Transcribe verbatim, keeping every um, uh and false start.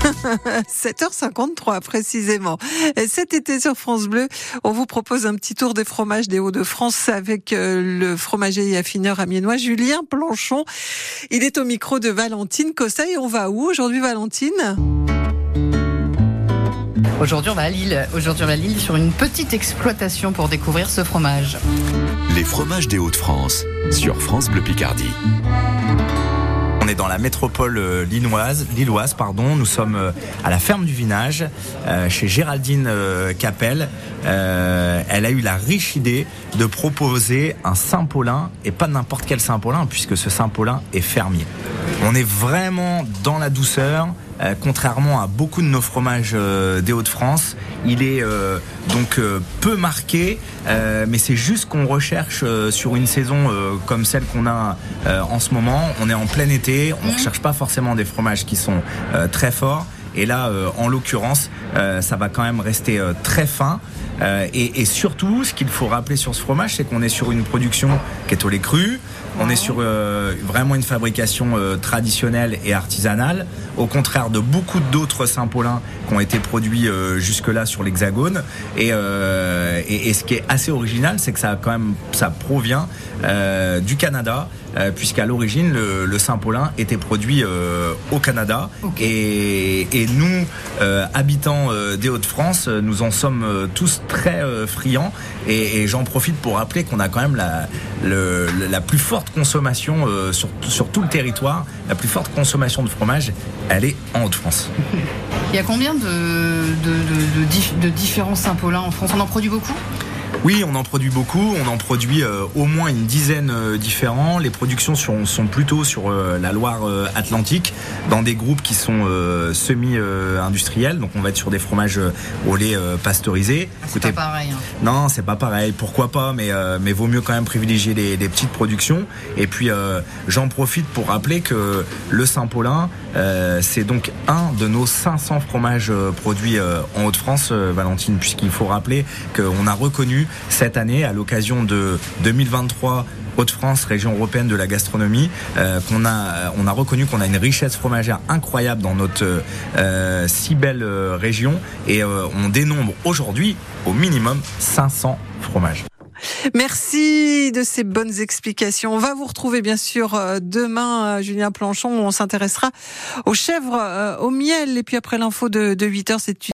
sept heures cinquante-trois précisément. Et cet été sur France Bleu, on vous propose un petit tour des fromages des Hauts-de-France avec le fromager et affineur amiénois Julien Planchon. Il est au micro de Valentine Cossa et on va où aujourd'hui, Valentine ? Aujourd'hui, on va à Lille. Aujourd'hui, on va à Lille sur une petite exploitation pour découvrir ce fromage. Les fromages des Hauts-de-France sur France Bleu Picardie. On est dans la métropole lilloise, lilloise pardon. Nous sommes à la ferme du Vinage, euh, chez Géraldine euh, Capel. Euh, elle a eu la riche idée de proposer un Saint-Paulin, et pas n'importe quel Saint-Paulin, puisque ce Saint-Paulin est fermier. On est vraiment dans la douceur, euh, contrairement à beaucoup de nos fromages euh, des Hauts-de-France. Il est euh, donc euh, peu marqué, euh, mais c'est juste qu'on recherche euh, sur une saison euh, comme celle qu'on a euh, en ce moment. On est en plein été, on ne recherche pas forcément des fromages qui sont euh, très forts. Et là, euh, en l'occurrence, euh, ça va quand même rester euh, très fin. Euh, et, et surtout, ce qu'il faut rappeler sur ce fromage, c'est qu'on est sur une production qui est au lait cru. On est sur euh, vraiment une fabrication euh, traditionnelle et artisanale, au contraire de beaucoup d'autres Saint-Paulins qui ont été produits euh, jusque-là sur l'Hexagone. Et, euh, et, et ce qui est assez original, c'est que ça, quand même, ça provient euh, du Canada, euh, puisqu'à l'origine, le, le Saint-Paulin était produit euh, au Canada. Okay. Et, et nous, euh, habitants euh, des Hauts-de-France, nous en sommes euh, tous très euh, friands. Et, et j'en profite pour rappeler qu'on a quand même la, le, la plus forte consommation euh, sur, sur tout le territoire. La plus forte consommation de fromage, elle est en Hauts-de-France. Il y a combien de, de, de, de, dif, de différents Saint-Paulins en France ? On en produit beaucoup ? Oui, on en produit beaucoup. On en produit euh, au moins une dizaine euh, différents. Les productions sont, sont plutôt sur euh, la Loire-Atlantique, euh, dans des groupes qui sont euh, semi-industriels. Donc on va être sur des fromages euh, au lait euh, pasteurisé. C'est Écoutez, pas pareil. Hein. Non, c'est pas pareil. Pourquoi pas, mais, euh, mais vaut mieux quand même privilégier les, les petites productions. Et puis euh, j'en profite pour rappeler que le Saint-Paulin, euh, c'est donc un de nos cinq cents fromages euh, produits euh, en Hauts-de-France, euh, Valentine, puisqu'il faut rappeler qu'on a reconnu cette année, à l'occasion de deux mille vingt-trois Hauts-de-France, région européenne de la gastronomie, euh, qu'on a, on a reconnu qu'on a une richesse fromagère incroyable dans notre euh, si belle euh, région, et euh, on dénombre aujourd'hui au minimum cinq cents fromages. Merci de ces bonnes explications. On va vous retrouver bien sûr demain, Julien Planchon, où on s'intéressera aux chèvres, au miel, et puis après l'info de, de huit heures, c'est